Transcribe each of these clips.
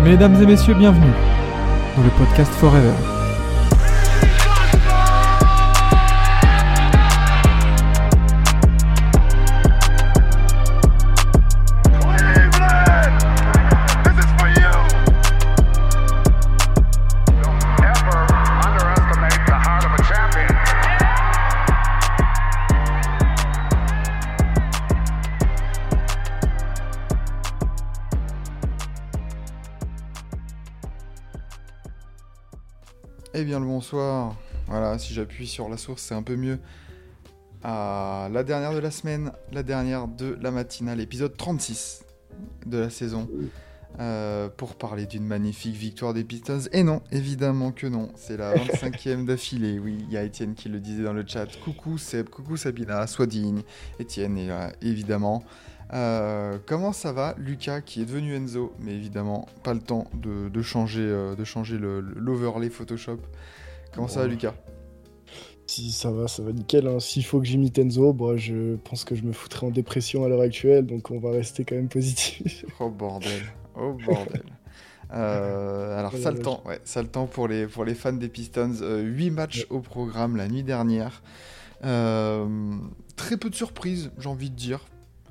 Mesdames et messieurs, bienvenue dans le podcast Forever. Eh bien le bonsoir, voilà, si j'appuie sur la source c'est un peu mieux. La dernière de la semaine, la dernière de la matinale, épisode 36 de la saison, pour parler d'une magnifique victoire des Pistons. Et non, évidemment que non, c'est la 25e d'affilée, oui, il y a Étienne qui le disait dans le chat. Coucou Seb, coucou Sabina, sois digne, Étienne est là, évidemment. Comment ça va Lucas qui est devenu Enzo, mais évidemment pas le temps de changer l'overlay Photoshop. Comment ça va Lucas? Si ça va nickel, hein. S'il faut que j'imite Enzo, je pense que je me foutrais en dépression à l'heure actuelle, donc on va rester quand même positif. Oh bordel. Alors ça le temps pour les fans des Pistons. 8 matchs au programme la nuit dernière. Très peu de surprises, j'ai envie de dire.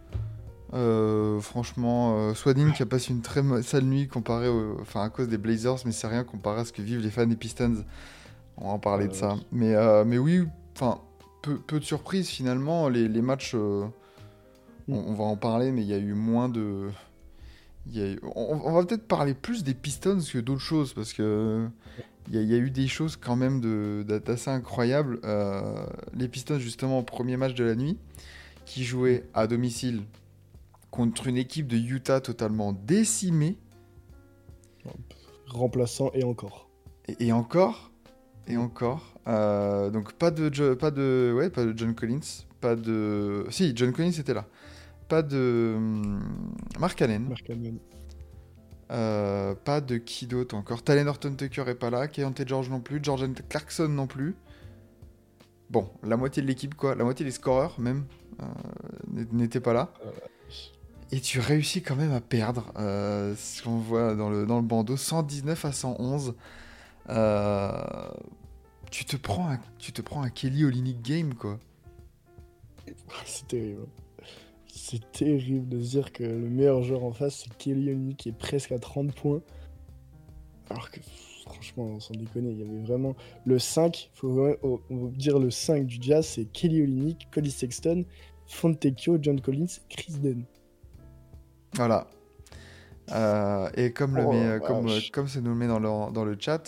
Franchement, Swadin qui a passé une très sale nuit comparé à cause des Blazers, mais c'est rien comparé à ce que vivent les fans des Pistons. On va en parler de ça. Mais oui, peu de surprises finalement. Les matchs, on va en parler, mais il y a eu moins de... On va peut-être parler plus des Pistons que d'autres choses, parce que il y a eu des choses quand même d'assez incroyables. Les Pistons, justement, au premier match de la nuit, qui jouaient à domicile contre une équipe de Utah totalement décimée. Remplaçant et encore. Et encore. Donc pas de John Collins. Si, John Collins était là. Pas de Mark Allen. Pas de qui d'autre encore. Talen Horton-Tucker est pas là. Keyonte George non plus. Jordan Clarkson non plus. Bon, la moitié de l'équipe, quoi. La moitié des scoreurs, même, n'étaient pas là. Et tu réussis quand même à perdre, ce qu'on voit dans le bandeau, 119 à 111. Tu te prends un Kelly Olynyk game, quoi. C'est terrible. C'est terrible de se dire que le meilleur joueur en face, c'est Kelly Olynyk qui est presque à 30 points. Alors que, franchement, sans déconner, il y avait vraiment... Le 5, on va dire le 5 du Jazz, c'est Kelly Olynyk, Cody Sexton, Fontecchio, John Collins, Chris Dunn. Voilà. Et comme ça nous le met dans le chat,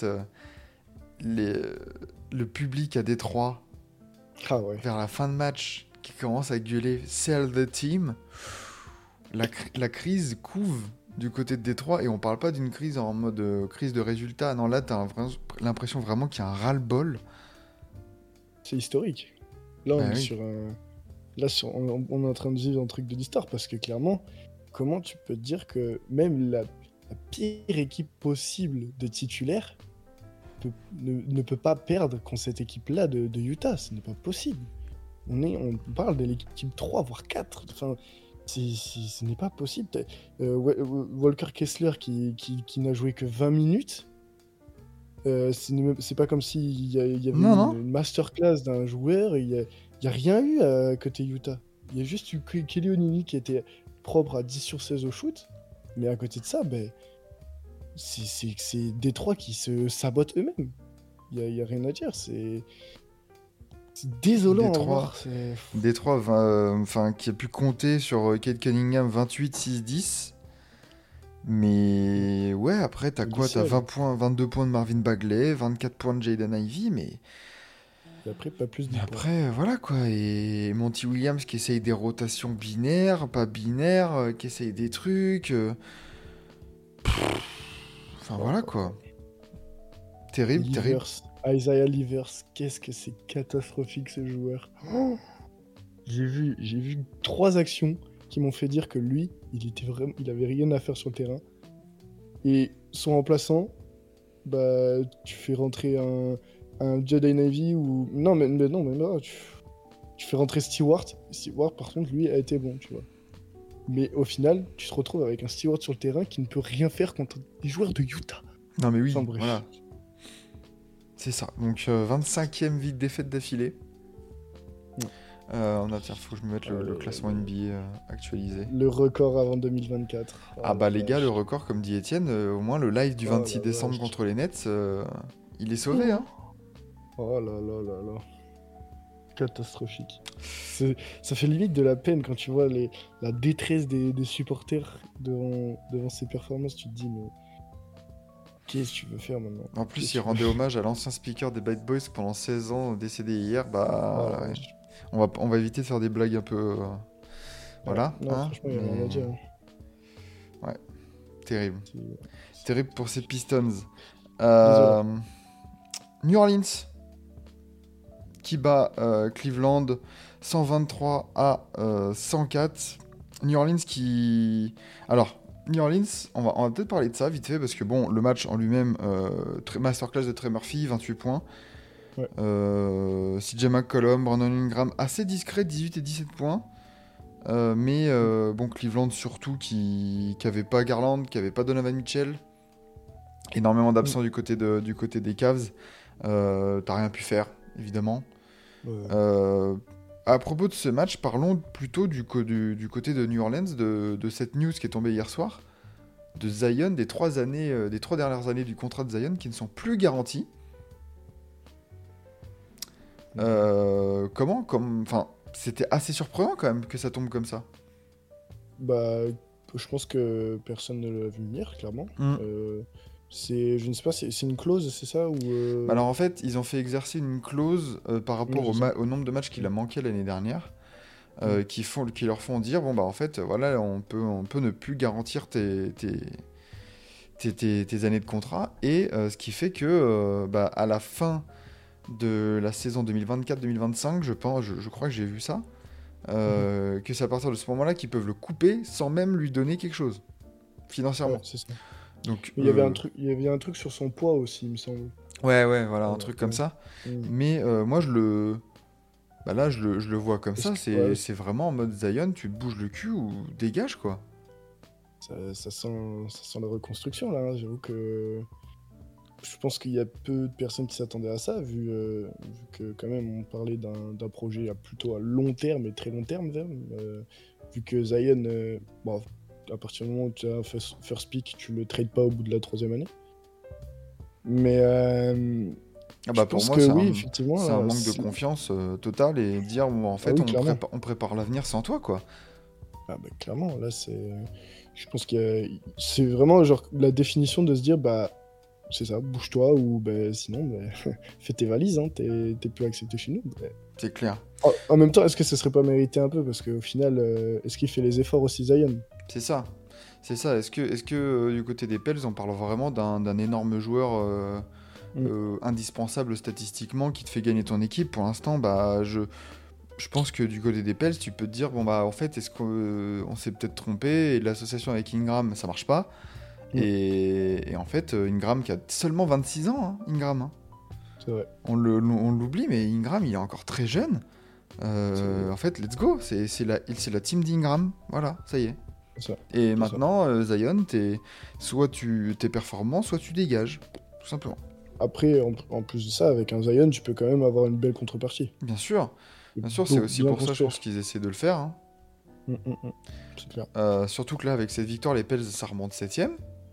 le public à Détroit, vers la fin de match, qui commence à gueuler « Sell the team », la crise couve du côté de Détroit, et on parle pas d'une crise en mode crise de résultat. Non, là, t'as l'impression vraiment qu'il y a un ras-le-bol. C'est historique. Là, on est sur un... Là, on est en train de vivre un truc de l'histoire, parce que clairement... Comment tu peux te dire que même la pire équipe possible de titulaires ne peut pas perdre contre cette équipe-là de Utah? Ce n'est pas possible. On parle de l'équipe 3, voire 4. Enfin, ce n'est pas possible. Walker Kessler qui n'a joué que 20 minutes. C'est pas comme s'il y avait une masterclass d'un joueur. Il n'y a rien eu côté Utah. Il y a juste eu Kelly Olynyk qui était... propre à 10 sur 16 au shoot, mais à côté de ça, c'est Détroit qui se sabotent eux-mêmes. Il y a rien à dire, c'est désolant. Détroit qui a pu compter sur Cade Cunningham 28, 6, 10. Mais ouais, après t'as quoi? T'as 20 points, 22 points de Marvin Bagley, 24 points de Jaden Ivey, mais... Et après, pas plus de Après, voilà quoi. Et Monty Williams qui essaye des rotations binaires, pas binaires, qui essaye des trucs. Voilà quoi. Terrible. Isaiah Livers, qu'est-ce que c'est catastrophique ce joueur. J'ai vu 3 actions qui m'ont fait dire que lui, il avait rien à faire sur le terrain. Et son remplaçant, tu fais rentrer un Jaden Ivey ou... Non, tu fais rentrer Stewart. Stewart, par contre, lui, a été bon, tu vois. Mais au final, tu te retrouves avec un Stewart sur le terrain qui ne peut rien faire contre des joueurs de Utah. Non mais oui, Enfin, bref. voilà. C'est ça. Donc 25e défaite d'affilée. Faut que je me mette le classement NBA actualisé. Le record avant 2024. Ah bah les gars, le record, comme dit Étienne, au moins le live du 26 décembre vache. contre les Nets, il est sauvé. Hein. Oh là là là là. Catastrophique. Ça fait limite de la peine quand tu vois la détresse des supporters devant ces performances. Tu te dis, mais qu'est-ce que tu veux faire maintenant? En plus, il rendait hommage à l'ancien speaker des Bad Boys pendant 16 ans, décédé hier. Bah, ouais. On va éviter de faire des blagues un peu... Voilà. Non, franchement, il y a rien à dire. Ouais, terrible. Terrible pour ces Pistons. New Orleans qui bat Cleveland 123 à 104. New Orleans qui... Alors, New Orleans, on va peut-être parler de ça vite fait, parce que bon, le match en lui-même, masterclass de Trey Murphy, 28 points. Ouais. CJ McCollum, Brandon Ingram, assez discret, 18 et 17 points. Mais bon, Cleveland surtout, qui avait pas Garland, qui avait pas Donovan Mitchell. Énormément d'absents du côté des Cavs. T'as rien pu faire, évidemment. Ouais. À propos de ce match, parlons plutôt du côté de New Orleans, de cette news qui est tombée hier soir, de Zion, des 3 dernières années du contrat de Zion qui ne sont plus garanties. C'était assez surprenant quand même que ça tombe comme ça. Bah, je pense que personne ne l'a vu venir, clairement. Je ne sais pas, c'est une clause, c'est ça ou Alors en fait, ils ont fait exercer une clause par rapport au nombre de matchs qu'il a manqué l'année dernière, qui leur font dire bon bah en fait voilà, on peut ne plus garantir tes années de contrat, et ce qui fait que à la fin de la saison 2024-2025, je crois que j'ai vu ça, que c'est à partir de ce moment-là qu'ils peuvent le couper sans même lui donner quelque chose financièrement. Ouais, c'est ça. Donc, il y avait un truc sur son poids aussi, il me semble. Ouais, voilà, un truc comme ça. Mais moi, je le vois comme ça. C'est vraiment en mode Zion, tu te bouges le cul ou dégage, quoi. Ça sent la reconstruction, là. Hein. J'avoue que je pense qu'il y a peu de personnes qui s'attendaient à ça, vu que quand même on parlait d'un projet plutôt à long terme et très long terme, même. Vu que Zion, à partir du moment où tu as first pick, tu le trades pas au bout de la 3e année. Mais pour moi, effectivement, c'est un manque de confiance total, et dire en fait, on prépare l'avenir sans toi, quoi. Clairement, là je pense que c'est vraiment genre la définition de se dire c'est ça, bouge-toi, ou sinon fais tes valises, hein, t'es plus accepté chez nous. C'est clair. En même temps, est-ce que ce serait pas mérité un peu, parce qu'au final, est-ce qu'il fait les efforts aussi, Zion? C'est ça. Est-ce que du côté des Pels, on parle vraiment d'un énorme joueur indispensable statistiquement qui te fait gagner ton équipe? Pour l'instant, je pense que du côté des Pels, tu peux te dire en fait, est-ce qu'on s'est peut-être trompé, et l'association avec Ingram, ça marche pas. Et en fait, Ingram qui a seulement 26 ans, hein, Ingram. Hein. C'est vrai. On l'oublie, mais Ingram, il est encore très jeune. En fait, let's go. C'est la team d'Ingram. Voilà, ça y est. Ça. Et maintenant, Zion, soit t'es performant, soit tu dégages. Tout simplement. Après, en plus de ça, avec un Zion, tu peux quand même avoir une belle contrepartie. Bien sûr, c'est aussi pour ça, je pense qu'ils essaient de le faire. Hein. C'est clair. Surtout que là, avec cette victoire, les Pels, ça remonte 7ème.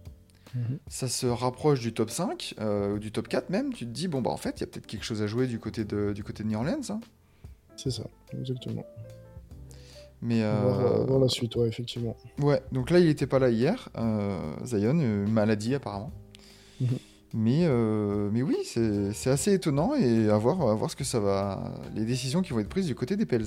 Ça se rapproche du top 5, ou du top 4 même. Tu te dis, en fait, il y a peut-être quelque chose à jouer du côté de New Orleans. Hein. C'est ça, exactement. Mais on va voir la suite, ouais, effectivement. Ouais, donc là, il était pas là hier, Zion, maladie apparemment. Mais oui, c'est assez étonnant, et à voir ce que ça va... Les décisions qui vont être prises du côté des Pels.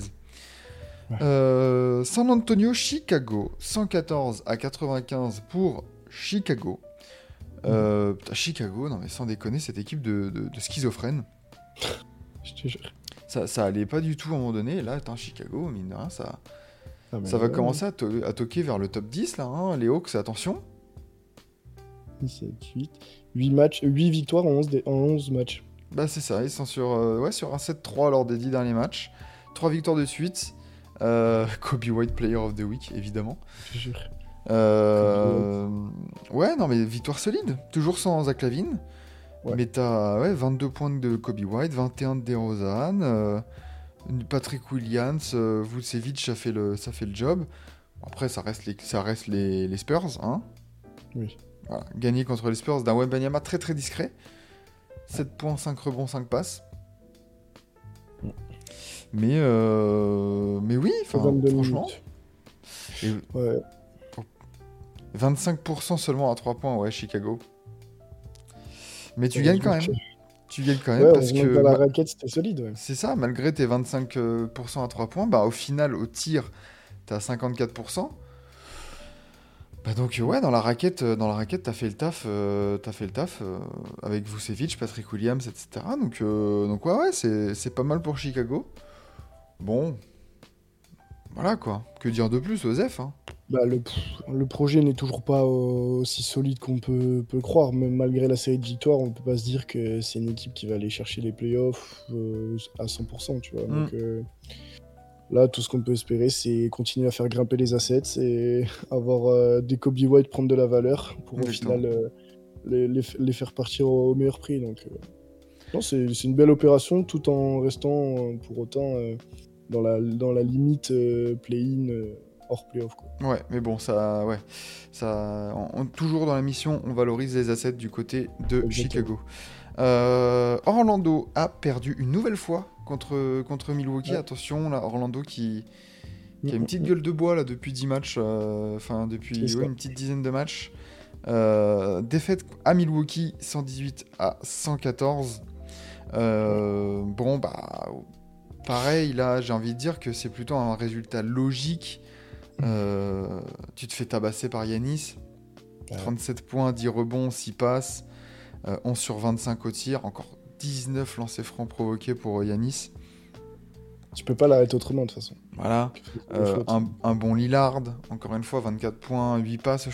Ouais. San Antonio, Chicago, 114 à 95 pour Chicago. Chicago, non mais sans déconner, cette équipe de schizophrènes. Je te jure. Ça allait pas du tout à un moment donné, et là, Chicago, mine de rien, ça va commencer à toquer vers le top 10, là, hein, les Hawks, attention. 17, 8 victoires en 11 matchs. C'est ça, ils sont sur un 7-3 lors des 10 derniers matchs. 3 victoires de suite. Kobe White Player of the Week, évidemment. Je te jure. Ouais, non, mais victoire solide. Toujours sans Zach LaVine. Ouais. Mais t'as 22 points de Kobe White, 21 de DeRozan, Patrick Williams, Vucevic, ça fait le job. Après, ça reste les Spurs, hein. Oui. Voilà. Gagner contre les Spurs d'un Wembanyama très très discret. 7 points, 5 rebonds, 5 passes. Mais oui, franchement. Et Ouais. 25% seulement à 3 points, ouais, Chicago. Mais tu gagnes quand même. Tu gagnes quand même parce que. Dans la raquette, c'était solide, ouais. C'est ça, malgré tes 25% à 3 points, bah au final, au tir, t'as 54%. Bah donc ouais, dans la raquette, t'as fait le taf, avec Vucevic, Patrick Williams, etc. Donc ouais, c'est pas mal pour Chicago. Bon, voilà quoi. Que dire de plus, Osef, hein. Bah, le projet n'est toujours pas aussi solide qu'on peut le croire. Même malgré la série de victoires, on peut pas se dire que c'est une équipe qui va aller chercher les playoffs à 100%, tu vois. Donc là, tout ce qu'on peut espérer, c'est continuer à faire grimper les assets et avoir des Kobe White prendre de la valeur pour au final les faire partir au meilleur prix. Donc non, c'est une belle opération tout en restant pour autant dans la limite play-in hors playoff, quoi. Ouais, mais bon, toujours dans la mission, on valorise les assets du côté de Chicago. Orlando a perdu une nouvelle fois contre Milwaukee. Ouais. Attention, là, Orlando qui a une petite gueule de bois là, depuis 10 matchs, depuis une petite dizaine de matchs. Défaite à Milwaukee, 118-114. Bon, bah, pareil, là, j'ai envie de dire que c'est plutôt un résultat logique. Tu te fais tabasser par Giannis, 37 points, 10 rebonds, 6 passes, 11 sur 25 au tir, encore 19 lancers francs provoqués pour Giannis. Tu peux pas l'arrêter autrement de toute façon. Voilà, un bon Lillard, encore une fois, 24 points, 8 passes.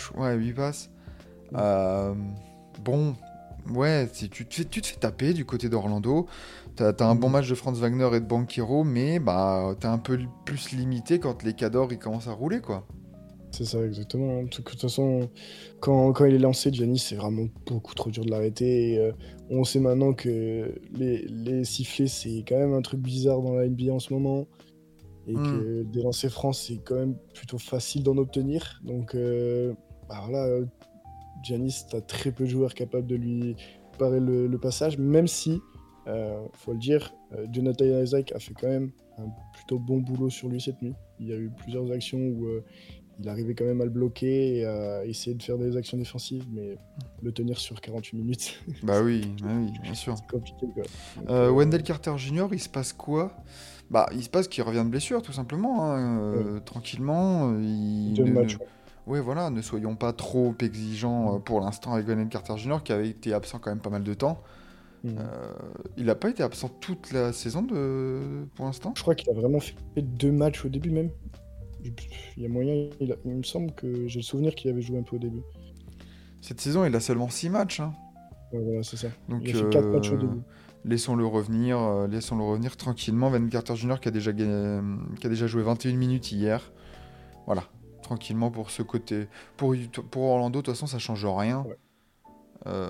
Bon, ouais, tu te fais taper du côté d'Orlando. T'as un bon match de Franz Wagner et de Banchero, mais bah, t'es un peu plus limité quand les cadors ils commencent à rouler, quoi. C'est ça, exactement. De toute façon, quand il est lancé, Giannis, c'est vraiment beaucoup trop dur de l'arrêter. Et, on sait maintenant que les sifflets, c'est quand même un truc bizarre dans la NBA en ce moment. Et que des lancers francs, c'est quand même plutôt facile d'en obtenir. Donc, voilà, Giannis, t'as très peu de joueurs capables de lui parer le passage, même si, faut le dire, Jonathan Isaac a fait quand même un plutôt bon boulot sur lui cette nuit. Il y a eu plusieurs actions où il arrivait quand même à le bloquer et à essayer de faire des actions défensives, mais le tenir sur 48 minutes... Bah oui, bien sûr. C'est compliqué, quoi. Donc, Wendell Carter Jr., il se passe quoi ? Bah, il se passe qu'il revient de blessure, tout simplement, hein, tranquillement. Ouais, voilà, ne soyons pas trop exigeants pour l'instant avec Wendell Carter Jr., qui avait été absent quand même pas mal de temps. Il n'a pas été absent toute la saison pour l'instant. Je crois qu'il a vraiment fait 2 matchs au début même. Il y a moyen, il me semble que j'ai le souvenir qu'il avait joué un peu au début. Cette saison, il a seulement 6 matchs. Hein. Ouais, voilà, c'est ça. Donc, il a fait 4 matchs au début. Laissons-le revenir tranquillement. Wendell Carter Jr. qui a déjà joué 21 minutes hier. Voilà, tranquillement pour ce côté. Pour Orlando, de toute façon, ça change rien. Ouais.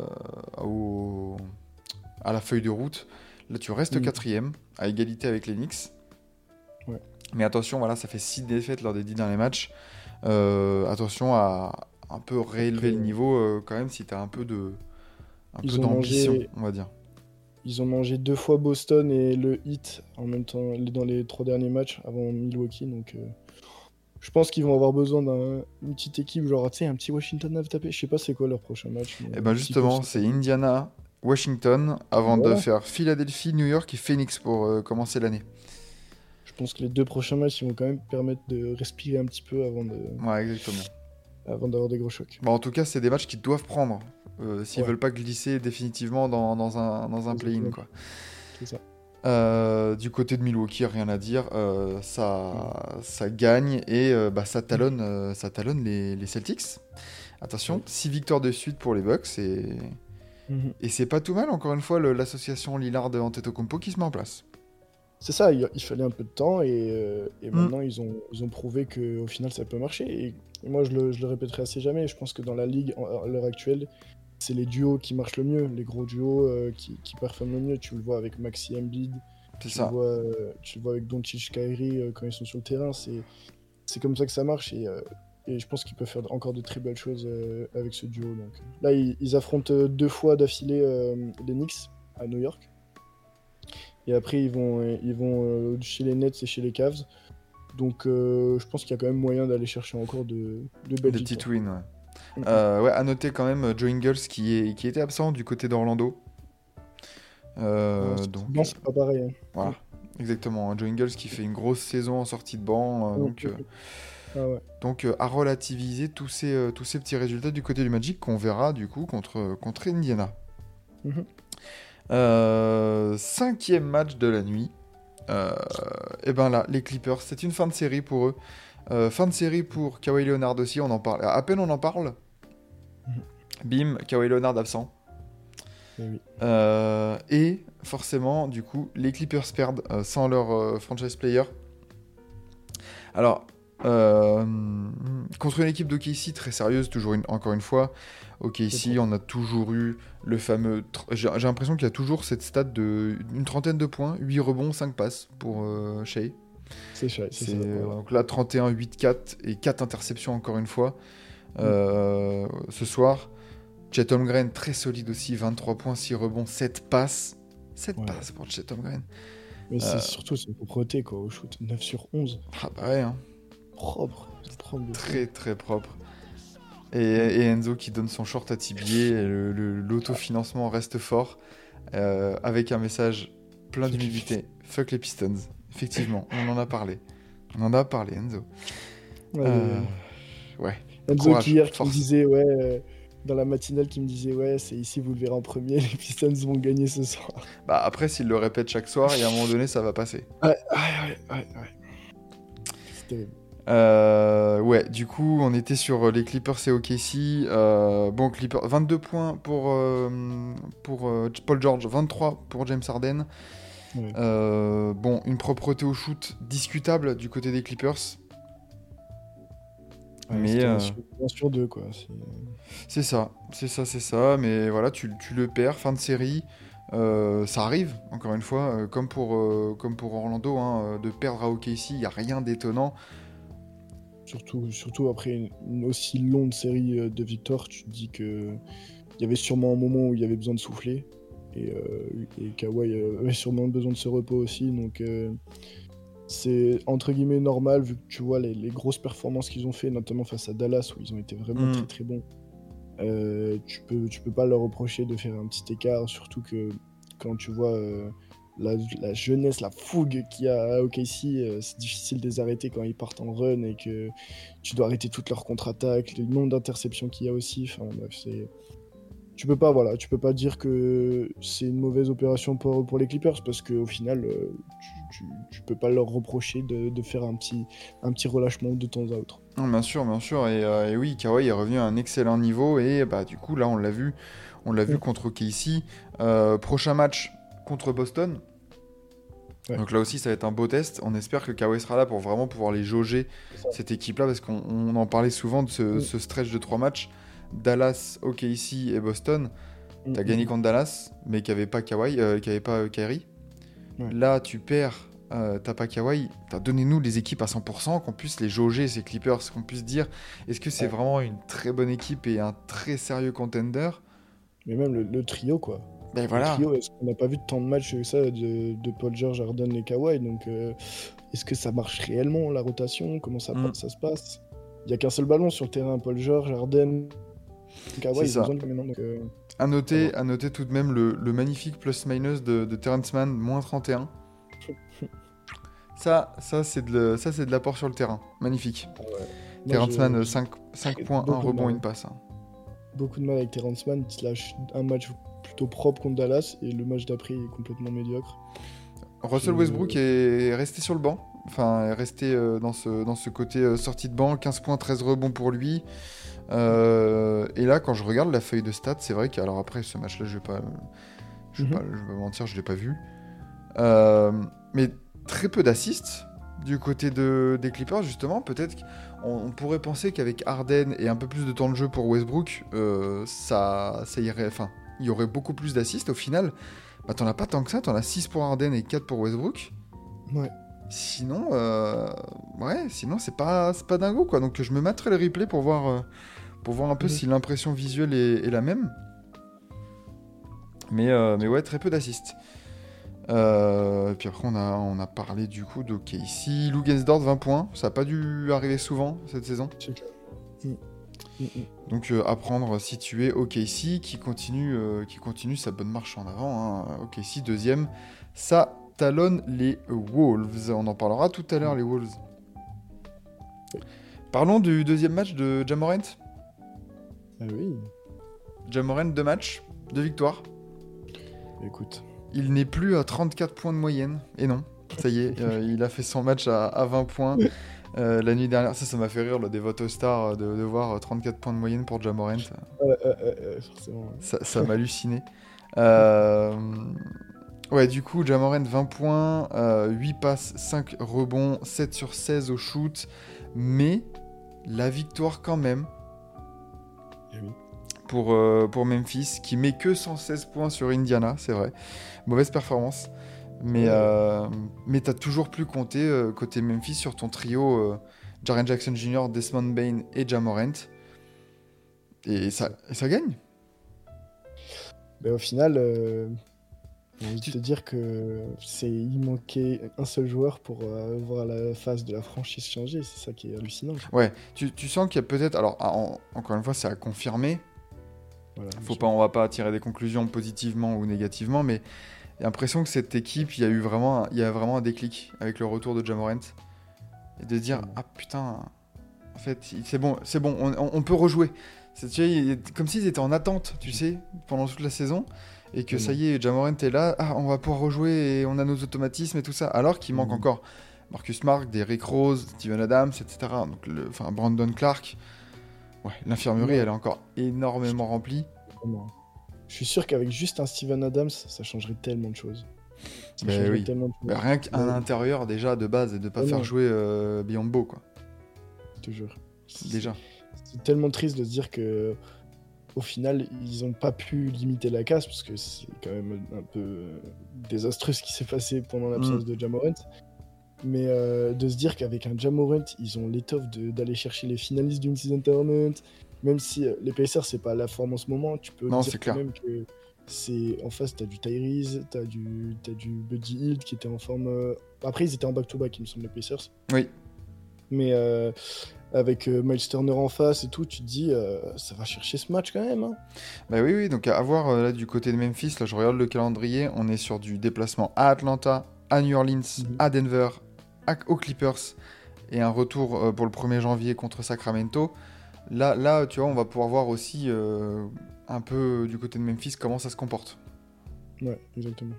À la feuille de route. Là, tu restes 4ème, à égalité avec les Knicks. Ouais. Mais attention, voilà, ça fait 6 défaites lors des 10 derniers matchs. Attention à un peu réélever le niveau quand même si tu as un peu d'ambition, on va dire. Ils ont mangé 2 fois Boston et le Heat en même temps dans les 3 derniers matchs avant Milwaukee. Donc, je pense qu'ils vont avoir besoin d'une petite équipe, genre tu sais, un petit Washington à taper. Je sais pas c'est quoi leur prochain match. Et ben justement, c'est Indiana, Washington, avant de faire Philadelphie, New York et Phoenix pour commencer l'année. Je pense que les 2 prochains matchs, ils vont quand même permettre de respirer un petit peu avant de... Ouais, exactement. Avant d'avoir des gros chocs. Bon, en tout cas, c'est des matchs qu'ils doivent prendre s'ils veulent pas glisser définitivement dans un play-in, quoi. C'est ça. Du côté de Milwaukee, rien à dire. Ça gagne et ça talonne les Celtics. Attention, 6 victoires de suite pour les Bucks et c'est pas tout mal, encore une fois, l'association Lillard-Antetokounmpo qui se met en place. c'est ça, il fallait un peu de temps et maintenant ils ont prouvé qu'au final ça peut marcher. Et moi je le répéterai assez jamais, je pense que dans la ligue à l'heure actuelle, c'est les duos qui marchent le mieux, les gros duos qui performent le mieux. Tu le vois avec Maxi Embiid, C'est tu ça. le vois avec Doncic, Kyrie quand ils sont sur le terrain. C'est comme ça que ça marche et je pense qu'ils peuvent faire encore de très belles choses avec ce duo. Donc, là, ils affrontent 2 fois d'affilée les Knicks à New York. Et après, ils vont chez les Nets et chez les Cavs. Donc, je pense qu'il y a quand même moyen d'aller chercher encore de belles Des petites victoires. wins, ouais. Ouais, à noter quand même Joe Ingles qui était absent du côté d'Orlando. Donc, Non, c'est pas pareil. Hein. voilà, exactement. Joe Ingles qui fait une grosse saison en sortie de banc. Ah ouais. Donc à relativiser tous ces petits résultats du côté du Magic qu'on verra du coup contre Indiana. Mhm. 5e match de la nuit. Et ben là, les Clippers, c'est une fin de série pour eux. Fin de série pour Kawhi Leonard aussi, on en parle. À peine on en parle. Bim, Kawhi Leonard absent. Oui. Et forcément, du coup, les Clippers perdent sans leur franchise player. Alors, contre une équipe d'OKC très sérieuse, encore une fois. OKC, on a toujours eu le fameux... J'ai l'impression qu'il y a toujours cette stat d'une trentaine de points, 8 rebonds, 5 passes pour Shai. C'est Shai, c'est ça. Donc là, 31, 8, 4 et 4 interceptions encore une fois. Ce soir, Chet Holmgren, très solide aussi, 23 points, 6 rebonds, 7 passes. 7 passes pour Chet Holmgren. Mais c'est surtout une propreté quoi, au shoot. 9 sur 11. Ah bah ouais, hein. Propre. Très très propre. Et Enzo qui donne son short à Tibier, l'autofinancement reste fort, avec un message plein d'humilité. Fuck les Pistons. Effectivement, on en a parlé. Enzo. Ouais. Enzo Courage, qui hier qui force. me disait, dans la matinale, qui me disait, c'est ici, vous le verrez en premier, les Pistons vont gagner ce soir. Bah après, s'il le répète chaque soir, et à un moment donné, ça va passer. Ouais. C'est terrible. Ouais, du coup, on était sur les Clippers et OKC. Bon, Clippers, 22 points pour Paul George, 23 pour James Harden. Ouais. Bon, une propreté au shoot discutable du côté des Clippers. Ouais, mais 1 sur 2, quoi. C'est ça. Mais voilà, tu le perds, fin de série. Ça arrive, encore une fois, comme pour Orlando, hein, de perdre à OKC, il n'y a rien d'étonnant. Surtout après une aussi longue série de victoires, tu te dis qu'il y avait sûrement un moment où il y avait besoin de souffler. Et Kawhi avait sûrement besoin de ce repos aussi. Donc c'est entre guillemets normal, vu que tu vois les grosses performances qu'ils ont fait, notamment face à Dallas, où ils ont été vraiment très très bons. Tu peux pas leur reprocher de faire un petit écart, surtout que quand tu vois la jeunesse, la fougue qu'il y a à OKC, c'est difficile de les arrêter quand ils partent en run et que tu dois arrêter toutes leurs contre-attaques, le nombre d'interceptions qu'il y a aussi. Enfin bref, tu peux pas dire que c'est une mauvaise opération pour les Clippers, parce qu'au final, tu peux pas leur reprocher de faire un petit relâchement de temps à autre. Non, bien sûr. Et oui, Kawhi est revenu à un excellent niveau. Et bah, du coup, là, on l'a vu contre OKC. Prochain match contre Boston. Ouais. Donc là aussi, ça va être un beau test. On espère que Kawhi sera là pour vraiment pouvoir les jauger, cette équipe-là, parce qu'on en parlait souvent de ce stretch de 3 matchs. Dallas, OKC et Boston. T'as gagné contre Dallas, mais qui n'avait pas Kawhi, qui n'avait pas Kyrie. Ouais. Là, tu perds, t'as pas Kawhi. Donnez-nous les équipes à 100%, qu'on puisse les jauger, ces Clippers, qu'on puisse dire est-ce que c'est vraiment une très bonne équipe et un très sérieux contender. Mais même le trio, quoi. Ben voilà. Le trio, est-ce qu'on n'a pas vu tant de matchs que ça de Paul George, Harden et Kawhi, donc est-ce que ça marche réellement, la rotation? Comment ça se passe? Il n'y a qu'un seul ballon sur le terrain, Paul George, Harden, Kawhi, ils ont besoin de maintenant. Donc, à noter tout de même le magnifique plus-minus de Terrence Mann, moins 31. Ça c'est de l'apport sur le terrain. Magnifique. Ouais. Terrence Mann, 5 points, 1 rebond, une passe. Beaucoup de mal avec Terrence Mann, qui lâche un match plutôt propre contre Dallas, et le match d'après est complètement médiocre. Russell Westbrook est resté sur le banc. Enfin, est resté dans ce côté sortie de banc. 15 points, 13 rebonds pour lui. Et là, quand je regarde la feuille de stats, c'est vrai qu'alors après ce match-là, je vais pas mentir, je l'ai pas vu. Mais très peu d'assists du côté des Clippers, justement. Peut-être qu'on pourrait penser qu'avec Harden et un peu plus de temps de jeu pour Westbrook, ça irait. Enfin, il y aurait beaucoup plus d'assists. Au final, bah, t'en as pas tant que ça. T'en as 6 pour Harden et 4 pour Westbrook. Ouais. Sinon, sinon c'est pas dingo, quoi. Donc je me mettrai le replay pour voir un peu si l'impression visuelle est la même. Mais ouais, très peu d'assists. Et puis après, on a parlé du coup d'OKC. Lou Dort, 20 points. Ça n'a pas dû arriver souvent cette saison. C'est clair. Donc à prendre si tu es OKC qui continue sa bonne marche en avant. Hein. OKC, deuxième. Ça talonne les Wolves. On en parlera tout à l'heure, les Wolves. Parlons du deuxième match de Ja Morant. Ah oui. Ja Morant, 2 matchs, 2 victoires. Écoute. Il n'est plus à 34 points de moyenne. Et non, ça y est, il a fait son match à 20 points la nuit dernière. Ça m'a fait rire, là, des votes au star, de voir 34 points de moyenne pour Ja Morant. Forcément. Ça m'a halluciné. Ouais, du coup, Ja Morant, 20 points, 8 passes, 5 rebonds, 7 sur 16 au shoot. Mais la victoire quand même. Et oui. Pour Memphis, qui met que 116 points sur Indiana, c'est vrai. Mauvaise performance. Mais t'as toujours plus compté côté Memphis sur ton trio Jaren Jackson Jr., Desmond Bane et Ja Morant. Et ça gagne. Mais au final, j'ai envie de te dire que il manquait un seul joueur pour voir la phase de la franchise changer. C'est ça qui est hallucinant. Ouais, tu sens qu'il y a peut-être... Alors, encore une fois, c'est à confirmer. Voilà, on va pas tirer des conclusions positivement ou négativement, mais j'ai l'impression que cette équipe, il y a vraiment un déclic avec le retour de Ja Morant. Et de dire, ah putain, en fait, c'est bon, on peut rejouer. Comme s'ils étaient en attente, tu sais, pendant toute la saison, et que ça y est, Ja Morant est là, on va pouvoir rejouer et on a nos automatismes et tout ça, alors qu'il manque encore Marcus Smart, Derrick Rose, Steven Adams, etc. Donc, Brandon Clark. Ouais, l'infirmerie, elle est encore énormément remplie. Je suis sûr qu'avec juste un Steven Adams, ça changerait tellement de choses. Rien qu'un intérieur, déjà, de base, et de pas faire jouer Biyombo, quoi. Je te jure. Déjà. C'est tellement triste de se dire que au final, ils n'ont pas pu limiter la casse, parce que c'est quand même un peu désastreux ce qui s'est passé pendant l'absence de Ja Morant. Mais de se dire qu'avec un Ja Morant, ils ont l'étoffe d'aller chercher les finalistes d'une season tournament, même si les Pacers, c'est pas la forme en ce moment, tu peux dire quand même que en face, t'as du Tyrese, t'as du Buddy Hield qui était en forme. Après, ils étaient en back-to-back, il me semble, les Pacers. Oui. Mais avec Miles Turner en face et tout, tu te dis, ça va chercher ce match quand même. Hein. Bah oui, donc à voir là du côté de Memphis, là je regarde le calendrier, on est sur du déplacement à Atlanta, à New Orleans, à Denver, aux Clippers, et un retour pour le 1er janvier contre Sacramento. Là, tu vois, on va pouvoir voir aussi un peu du côté de Memphis comment ça se comporte. Ouais, exactement.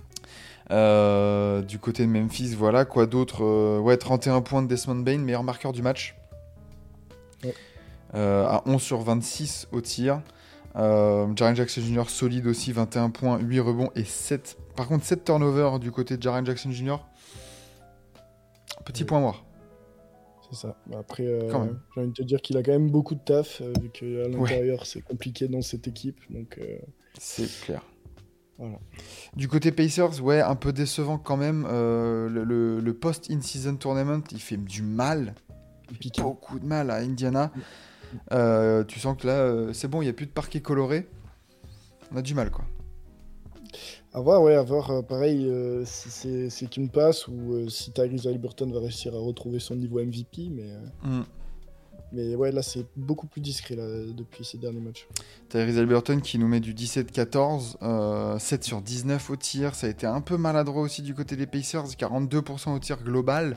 Du côté de Memphis, voilà, quoi d'autre 31 points de Desmond Bane, meilleur marqueur du match. Ouais. À 11 sur 26 au tir. Jaren Jackson Jr. solide aussi, 21 points, 8 rebonds et 7. Par contre, 7 turnovers du côté de Jaren Jackson Jr. Petit point noir. C'est ça. Après, j'ai envie de te dire qu'il a quand même beaucoup de taf, vu qu'à l'intérieur, c'est compliqué dans cette équipe. Donc, c'est clair. Voilà. Du côté Pacers, un peu décevant quand même. Le post-in-season tournament, il fait du mal. Il fait beaucoup de mal à Indiana. Tu sens que là, c'est bon, il n'y a plus de parquet coloré. On a du mal, quoi. À voir, pareil, si c'est qu'une passe ou si Tyrese Haliburton va réussir à retrouver son niveau MVP. Mais ouais, là, c'est beaucoup plus discret là, depuis ces derniers matchs. Tyrese Haliburton qui nous met du 17-14, 7 sur 19 au tir. Ça a été un peu maladroit aussi du côté des Pacers, 42% au tir global.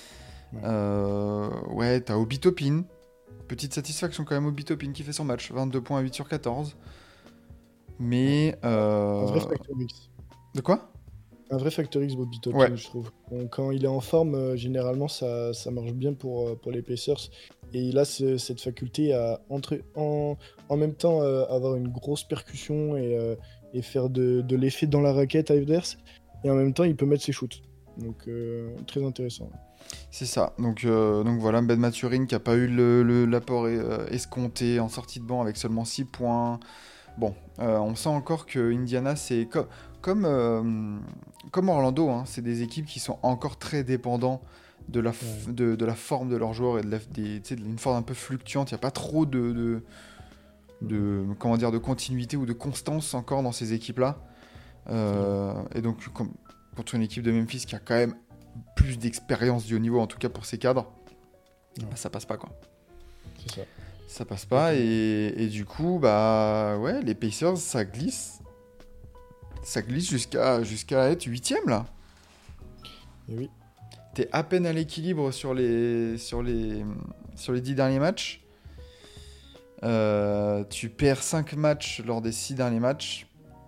T'as Obi Toppin. Petite satisfaction quand même, Obi Toppin qui fait son match, 22 points à 8 sur 14. Mais... Un vrai Factor X. De quoi ? Un vrai Factor X, Obi Toppin, je trouve. Donc, quand il est en forme, généralement, ça marche bien pour les Pacers. Et il a cette faculté à en même temps avoir une grosse percussion et faire de l'effet dans la raquette à adverse. Et en même temps, il peut mettre ses shoots. Donc, très intéressant. C'est ça. Donc voilà, Ben Maturin qui n'a pas eu l'apport escompté en sortie de banc avec seulement 6 points. Bon, on sent encore que Indiana, c'est comme Orlando, hein, c'est des équipes qui sont encore très dépendants de la forme de leurs joueurs et d'une forme un peu fluctuante. Il n'y a pas trop de continuité ou de constance encore dans ces équipes-là. Et donc, contre une équipe de Memphis qui a quand même plus d'expérience du haut niveau, en tout cas pour ses cadres, ça passe pas, quoi. C'est ça. Ça passe pas, et du coup, ouais, les Pacers, ça glisse. Ça glisse jusqu'à être 8ème, là. Et oui. T'es à peine à l'équilibre sur les 10 derniers matchs. Tu perds 5 matchs lors des 6 derniers matchs.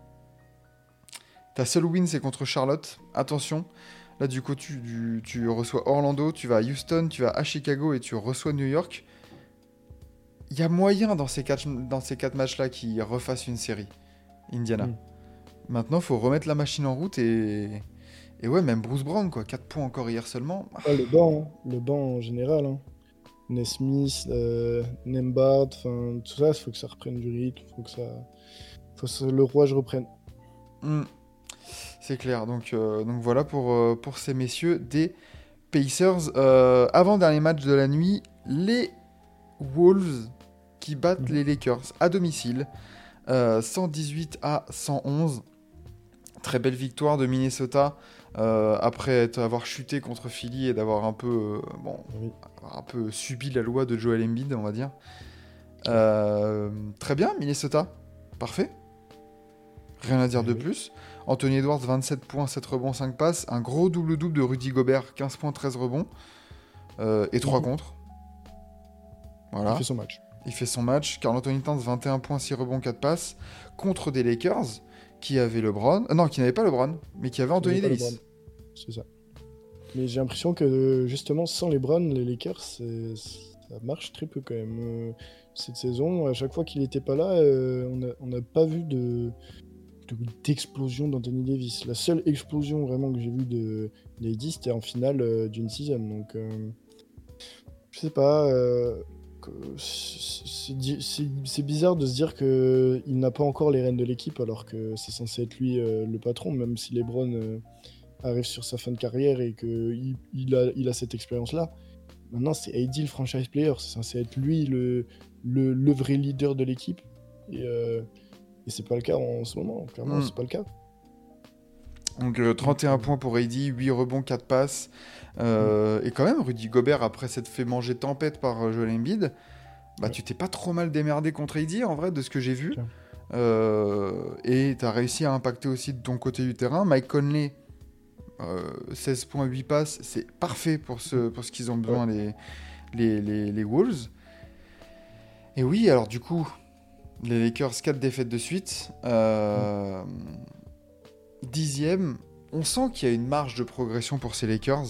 Ta seule win, c'est contre Charlotte. Attention. Là, du coup, tu reçois Orlando, tu vas à Houston, tu vas à Chicago et tu reçois New York. Il y a moyen dans ces 4 matchs-là qu'ils refassent une série. Indiana. Maintenant, il faut remettre la machine en route et ouais, même Bruce Brown, quoi. 4 points encore hier seulement. Le banc en général. Hein. Nesmith, Nembhard, tout ça, il faut que ça reprenne du rythme, faut que le rouage reprenne. C'est clair, donc voilà pour ces messieurs des Pacers. Avant-dernier match de la nuit, les Wolves qui battent les Lakers à domicile, 118-111. Très belle victoire de Minnesota après avoir chuté contre Philly et d'avoir un peu subi la loi de Joel Embiid, on va dire. Très bien, Minnesota, parfait. Rien à dire de plus. Anthony Edwards, 27 points, 7 rebonds, 5 passes. Un gros double-double de Rudy Gobert, 15 points, 13 rebonds. Et 3 contre. Voilà. Il fait son match. Karl Anthony Towns, 21 points, 6 rebonds, 4 passes. Contre des Lakers qui avaient LeBron. Non, qui n'avaient pas LeBron, mais qui avaient Anthony Davis. C'est ça. Mais j'ai l'impression que justement, sans LeBron, les Lakers, ça marche très peu quand même. Cette saison, à chaque fois qu'il n'était pas là, on n'a pas vu d'explosion d'Anthony Davis. La seule explosion vraiment que j'ai vue de Lady, c'était en finale d'une season. Donc, je sais pas. C'est bizarre de se dire qu'il n'a pas encore les rênes de l'équipe alors que c'est censé être lui le patron, même si LeBron arrive sur sa fin de carrière et qu'il a cette expérience-là. Maintenant, c'est AD le franchise player. C'est censé être lui le vrai leader de l'équipe. Et c'est pas le cas en ce moment. Clairement, c'est pas le cas. Donc 31 points pour AD, 8 rebonds, 4 passes. Et quand même, Rudy Gobert, après s'être fait manger tempête par Joel Embiid, tu t'es pas trop mal démerdé contre AD, en vrai, de ce que j'ai vu. Et t'as réussi à impacter aussi de ton côté du terrain. Mike Conley, 16 points, 8 passes, c'est parfait pour ce qu'ils ont besoin, les Wolves. Et oui, alors du coup, les Lakers, 4 défaites de suite. 10e, on sent qu'il y a une marge de progression pour ces Lakers.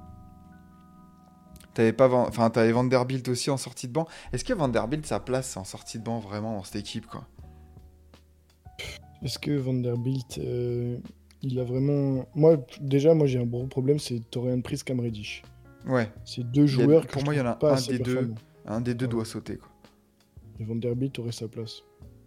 T'avais Vanderbilt aussi en sortie de banc. Est-ce que Vanderbilt, sa place en sortie de banc vraiment dans cette équipe, quoi? Est-ce que Vanderbilt, il a vraiment... Moi, j'ai un gros problème, c'est Taurean Prince, Cam Reddish. Ouais. C'est deux joueurs pour moi, il y en a un des deux doit sauter, quoi. Et Vanderbilt aurait sa place.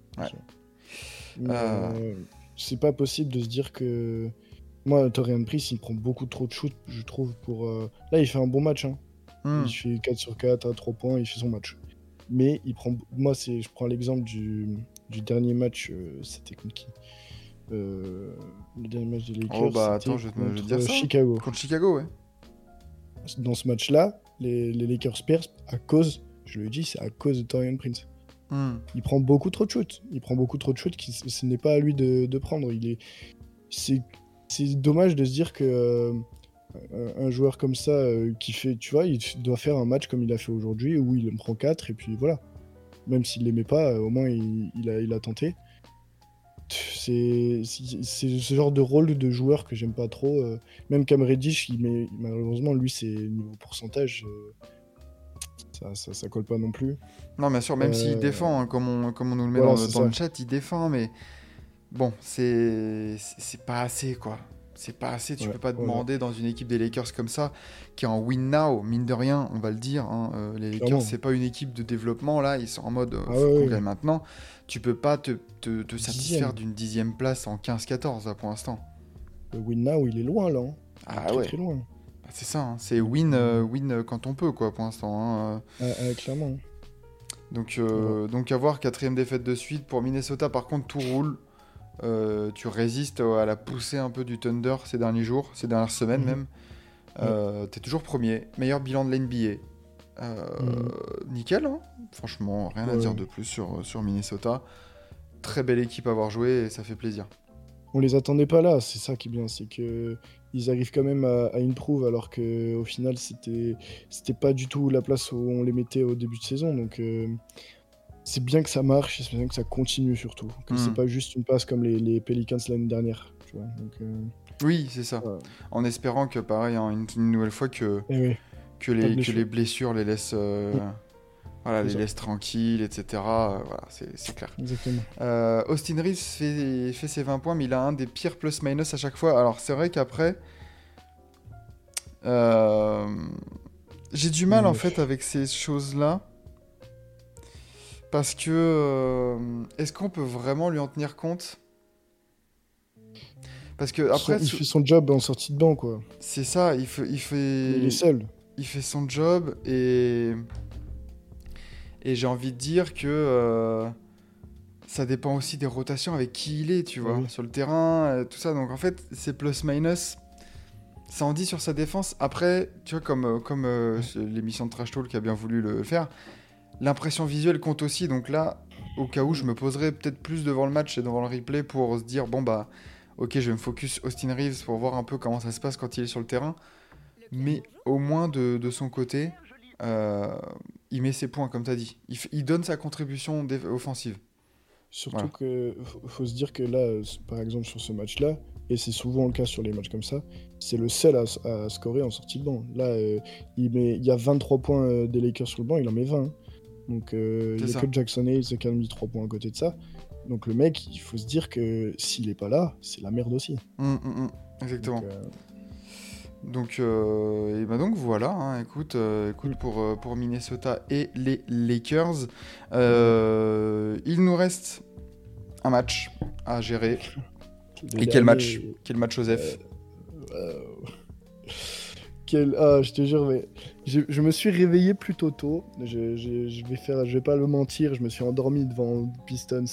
Ouais. C'est pas possible de se dire que... Moi, Taurean Prince, il prend beaucoup trop de shoots, je trouve, pour... Là, il fait un bon match, hein. Il fait 4 sur 4 à 3 points, il fait son match. Mais il prend... Moi, je prends l'exemple du dernier match, c'était contre qui le dernier match des Lakers, attends, je vais dire ça. Chicago. Contre Chicago, ouais. Dans ce match-là, les Lakers perdent à cause, je le dis, c'est à cause de Taurean Prince. Il prend beaucoup trop de shoots. Ce n'est pas à lui de prendre. C'est dommage de se dire que un joueur comme ça qui fait, tu vois, il doit faire un match comme il a fait aujourd'hui où il en prend 4 et puis voilà. Même s'il l'aimait pas, au moins il a tenté. C'est ce genre de rôle de joueur que j'aime pas trop. Même Cam Reddish, malheureusement, lui, c'est niveau pourcentage, ça colle pas non plus. Non, bien sûr, même s'il défend, hein, comme on nous le met dans le chat, il défend, mais bon, c'est pas assez, quoi. C'est pas assez, tu peux pas demander dans une équipe des Lakers comme ça, qui est en win now, mine de rien, on va le dire. Les Lakers, clairement. C'est pas une équipe de développement, là, ils sont en mode faut qu'on gagne maintenant. Tu peux pas te satisfaire d'une 10e place en 15-14 là, pour l'instant. Le win now, il est loin là. Très loin. C'est ça, c'est win quand on peut, quoi, pour l'instant. Clairement. Donc à voir, 4e défaite de suite. Pour Minnesota, par contre, tout roule. Tu résistes à la poussée un peu du Thunder ces dernières semaines même. T'es toujours premier, meilleur bilan de l'NBA. Nickel, hein, franchement, rien à dire de plus sur Minnesota. Très belle équipe à avoir joué et ça fait plaisir. On les attendait pas là, c'est ça qui est bien, c'est que ils arrivent quand même à improve alors que au final c'était pas du tout la place où on les mettait au début de saison, donc c'est bien que ça marche et c'est bien que ça continue surtout, que c'est pas juste une passe comme les Pelicans l'année dernière, tu vois. Donc, oui, c'est ça. En espérant que pareil, une nouvelle fois que les blessures les laissent les laisse tranquilles, etc. Voilà, c'est clair. Exactement. Austin Reeves fait ses 20 points, mais il a un des pires plus-minus à chaque fois. Alors, c'est vrai qu'après, j'ai du mal, en fait, avec ces choses-là. Parce que... est-ce qu'on peut vraiment lui en tenir compte ? Parce que après... Il fait son job en sortie de banc, quoi. C'est ça, il fait... Il est seul. Il fait son job et j'ai envie de dire que ça dépend aussi des rotations avec qui il est, tu vois, sur le terrain, tout ça. Donc en fait, c'est plus-minus. Ça en dit sur sa défense. Après, tu vois, comme l'émission de Trash Talk qui a bien voulu le faire, l'impression visuelle compte aussi. Donc là, au cas où, je me poserais peut-être plus devant le match et devant le replay pour se dire, bon bah, ok, je vais me focus Austin Reeves pour voir un peu comment ça se passe quand il est sur le terrain. Mais au moins de son côté... il met ses points, comme tu as dit. Il donne sa contribution offensive. Surtout que faut se dire que là, par exemple, sur ce match-là, et c'est souvent le cas sur les matchs comme ça, c'est le seul à scorer en sortie de banc. Là, il y a 23 points des Lakers sur le banc, il en met 20. Donc, il n'y a que Jackson Hayes qui a mis 3 points à côté de ça. Donc, le mec, il faut se dire que s'il n'est pas là, c'est la merde aussi. Exactement. Donc voilà, hein, écoute pour Minnesota et les Lakers, il nous reste un match à gérer. Et quel match, Joseph? Je te jure, mais je me suis réveillé plutôt tôt. Je vais pas le mentir, je me suis endormi devant Pistons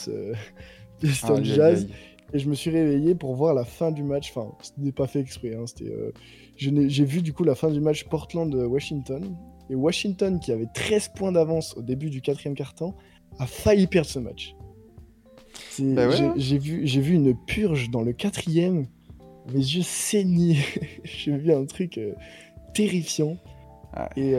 Jazz. Et je me suis réveillé pour voir la fin du match. Enfin, ce n'est pas fait exprès. Hein. J'ai vu du coup la fin du match Portland-Washington. Et Washington, qui avait 13 points d'avance au début du 4e quart-temps, a failli perdre ce match. J'ai vu une purge dans le 4e. Mes yeux saignaient. J'ai vu un truc terrifiant. Et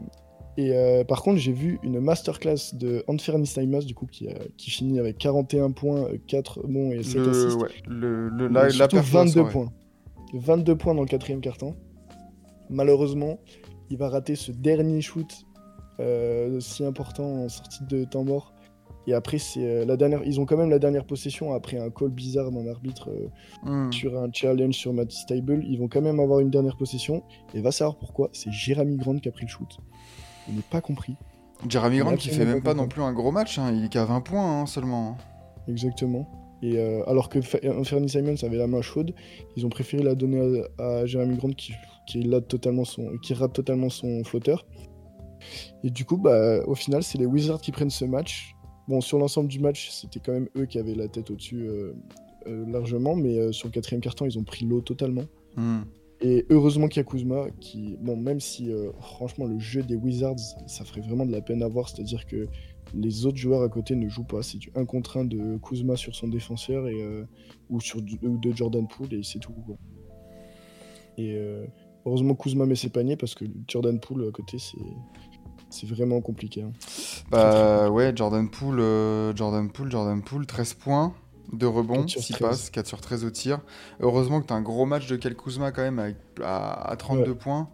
par contre, j'ai vu une masterclass de Anthony Simons, du coup, qui finit avec 41 points, 4 bons et 7 assists. Surtout 22 points. 22 points dans le 4e quart-temps. Malheureusement, il va rater ce dernier shoot si important en sortie de temps mort. Et après, ils ont quand même la dernière possession après un call bizarre d'un arbitre sur un challenge sur Matisse Thybulle. Ils vont quand même avoir une dernière possession. Et va savoir pourquoi. C'est Jeremy Grant qui a pris le shoot. Je n'ai pas compris. Jeremy Grant qui fait même pas non plus un gros match. Hein. Il est qu'à 20 points seulement. Exactement. Et alors que Anthony Simons avait la main chaude, ils ont préféré la donner à Jeremy Grant qui rate totalement son flotteur. Et du coup, au final, c'est les Wizards qui prennent ce match. Bon, sur l'ensemble du match, c'était quand même eux qui avaient la tête au-dessus largement, mais sur le 4e quart-temps, ils ont pris l'eau totalement. Et heureusement qu'il y a Kuzma, même si franchement le jeu des Wizards, ça ferait vraiment de la peine à voir, c'est-à-dire que les autres joueurs à côté ne jouent pas, c'est du 1 contre 1 de Kuzma sur son défenseur ou de Jordan Poole et c'est tout, quoi. Et heureusement Kuzma met ses paniers parce que Jordan Poole à côté c'est vraiment compliqué. Hein. Ouais, Jordan Poole, 13 points. 2 rebonds, 6 passes, 4 sur 13 au tir. Heureusement que tu as un gros match de Kyle Kuzma quand même à 32 points.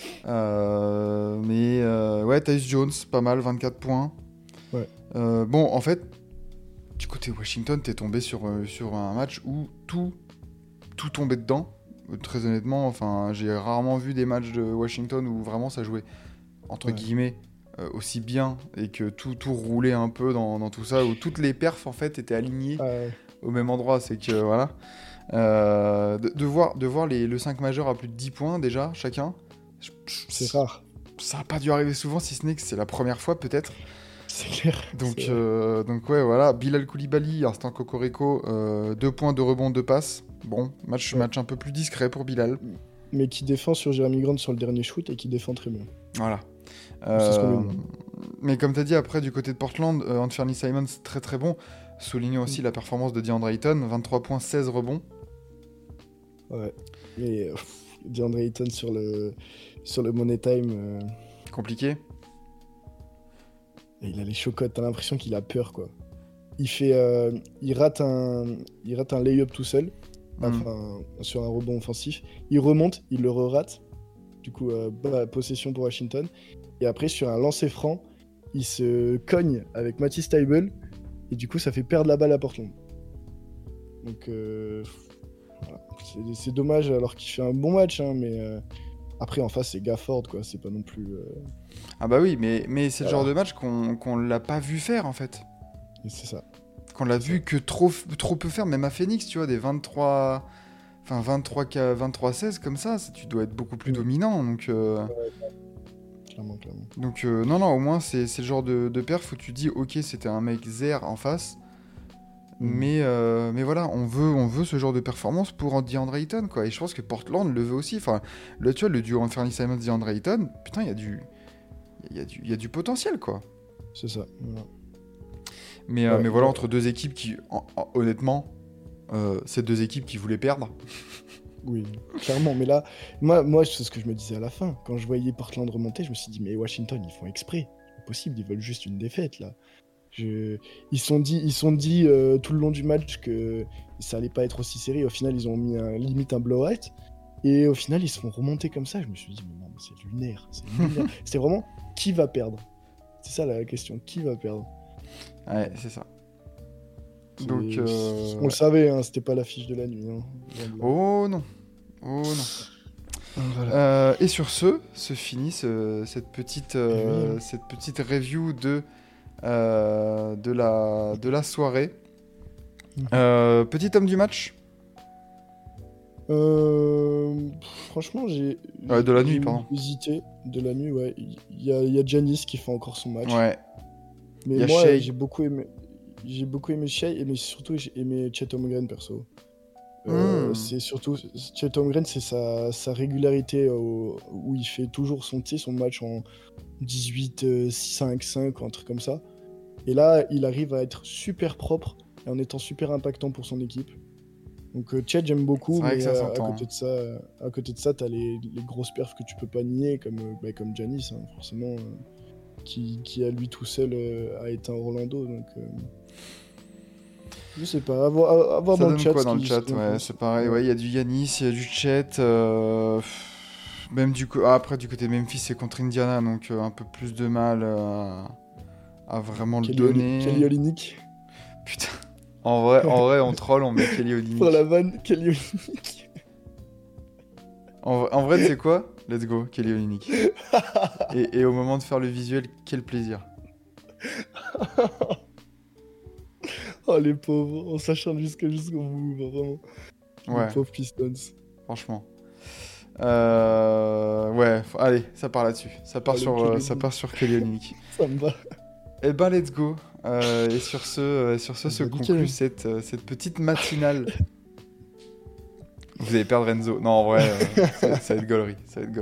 Mais Tyus Jones, pas mal, 24 points. Ouais. Bon, en fait, du côté Washington, t'es tombé sur un match où tout tombait dedans. très honnêtement, enfin, j'ai rarement vu des matchs de Washington où vraiment ça jouait, entre guillemets, aussi bien et que tout roulait un peu dans tout ça, où toutes les perfs en fait étaient alignées au même endroit. C'est que voilà, de voir le 5 majeur à plus de 10 points déjà chacun, c'est rare. Ça n'a pas dû arriver souvent, si ce n'est que c'est la première fois peut-être. C'est clair. Donc ouais, voilà. Bilal Koulibaly, instant Cocorico, 2 points, 2 rebonds, 2 passes. Bon, match un peu plus discret pour Bilal. Mais qui défend sur Jeremy Grant sur le dernier shoot et qui défend très bien. Voilà. C'est ce qu'on lui dit. Mais comme tu as dit, après, du côté de Portland, Anthony Simons, très très bon. Soulignons aussi la performance de DeAndre Ayton, 23 points, 16 rebonds. Ouais. Mais DeAndre Ayton sur le Money Time... Compliqué. Et il a les chocottes, t'as l'impression qu'il a peur, quoi. Il rate un lay-up tout seul, sur un rebond offensif. Il remonte, il le re-rate. Du coup, possession pour Washington. Et après, sur un lancer franc, il se cogne avec Matisse Thybulle. Et du coup, ça fait perdre la balle à Portland. Donc, voilà. C'est dommage alors qu'il fait un bon match, hein, mais... Après, en face, c'est Gafford, quoi. C'est pas non plus... Ah bah oui, mais c'est le genre de match qu'on l'a pas vu faire, en fait. Et c'est ça. Qu'on l'a vu que trop peu faire, même à Phoenix, tu vois, des 23... Enfin, 23-16, comme ça, tu dois être beaucoup plus dominant, donc... Clairement. Donc, non, au moins, c'est le genre de perf où tu dis, ok, c'était un mec zer en face, mais voilà, on veut ce genre de performance pour DeAndre Ayton, quoi. Et je pense que Portland le veut aussi. Enfin, tu vois, le duo Anthony Simons, DeAndre Ayton, putain, il y a du potentiel, quoi. C'est ça. Voilà. Mais voilà, entre deux équipes qui, honnêtement, c'est deux équipes qui voulaient perdre. Oui, clairement. Mais là, moi, c'est ce que je me disais à la fin. Quand je voyais Portland remonter, je me suis dit, mais Washington, ils font exprès. C'est pas possible, ils veulent juste une défaite, là. Ils sont dit tout le long du match que ça allait pas être aussi serré. Au final, ils ont mis limite un blowout. Et au final, ils se font remonter comme ça. Je me suis dit, mais non, mais c'est lunaire. C'est vraiment qui va perdre. C'est ça la question. Qui va perdre? Ouais, c'est ça. Donc, on le savait, hein, c'était pas l'affiche de la nuit. Hein. Oh non. Voilà. Et sur se finit cette petite review de la soirée. Petit homme du match. Franchement, j'ai de la nuit, pardon. Hésité. De la nuit, ouais. Il y a Giannis qui fait encore son match. Ouais. Mais moi, Shai. J'ai beaucoup aimé Shai, mais surtout j'ai aimé Chet Holmgren perso. C'est surtout Chet Holmgren, c'est sa régularité où il fait toujours son match en 18-5-5 ou un truc comme ça. Et là, il arrive à être super propre et en étant super impactant pour son équipe. Donc Chet, j'aime beaucoup, mais à côté de ça, t'as les grosses perfs que tu peux pas nier, comme Giannis, hein, forcément, qui à lui tout seul a éteint Orlando. Donc, je sais pas, avoir ça dans donne le chat. Quoi dans le chat, ouais, c'est pareil, ouais, il y a du Giannis, il y a du Chet, même après du côté Memphis, c'est contre Indiana, donc un peu plus de mal à vraiment le donner. Kelly Olynyk. Putain. En vrai, on troll, on met Kelly Olynyk. Pour la vanne, Kelly Olynyk. En vrai, tu sais quoi? Let's go, Kelly Olynyk. et au moment de faire le visuel, quel plaisir. Oh, les pauvres, on s'acharne jusqu'au bout, vraiment. Ouais. Les pauvres Pistons. Franchement. Ouais, allez, ça part là-dessus. Ça part sur Kelly Olynyk. Ça me va. Eh ben, let's go. Et sur ce se conclut cette petite matinale. Vous allez perdre Renzo. Non, en vrai, ça va être gaulerie.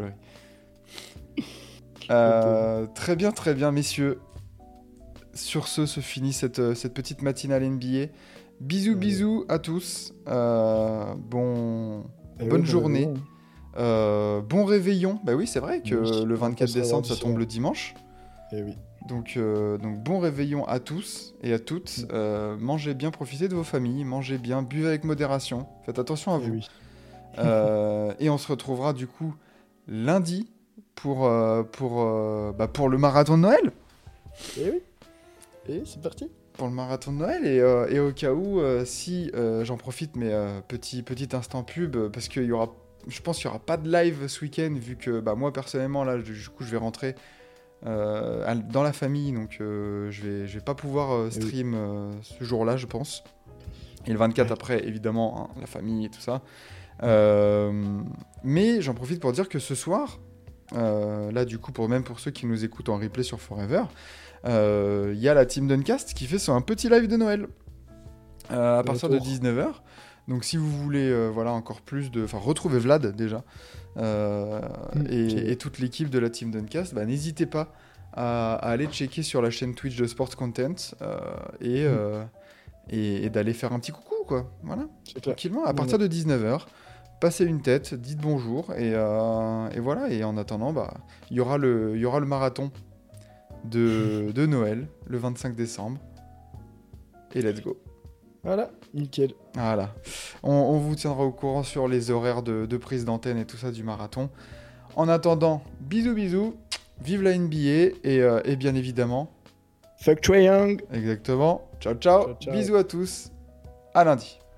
Très bien, messieurs. Sur ce se finit cette petite matinale NBA. Bisous à tous. Bonne journée. Bon réveillon. Bah oui, c'est vrai que le 24 décembre, ça tombe le dimanche. Eh oui. Donc bon réveillon à tous et à toutes. Mangez bien, profitez de vos familles, mangez bien, buvez avec modération. Faites attention à vous. Oui. Et on se retrouvera du coup lundi pour le marathon de Noël. Eh oui. Et c'est parti. Pour le marathon de Noël et au cas où, si j'en profite, mais petit instant pub, parce qu'il y aura je pense qu'il n'y aura pas de live ce week-end, vu que moi, personnellement, là, du coup, je vais rentrer dans la famille, donc je vais pas pouvoir stream ce jour-là, je pense. Et le 24 après, évidemment, la famille et tout ça. Mais j'en profite pour dire que ce soir, là, du coup, même pour ceux qui nous écoutent en replay sur Forever, il y a la team Duncast qui fait un petit live de Noël à partir de 19h. Donc si vous voulez encore plus retrouver Vlad déjà et toute l'équipe de la team Duncast, n'hésitez pas à aller checker sur la chaîne Twitch de Sports Content et d'aller faire un petit coucou, quoi. Voilà, tranquillement, à partir de 19h. Passez une tête, dites bonjour et voilà. Et en attendant, il y aura le marathon de Noël le 25 décembre. Et let's go. Voilà, nickel. Voilà. On vous tiendra au courant sur les horaires de prise d'antenne et tout ça du marathon. En attendant, bisous, vive la NBA et bien évidemment... Fuck Trae Young. Exactement. Ciao. Bisous à tous. À lundi.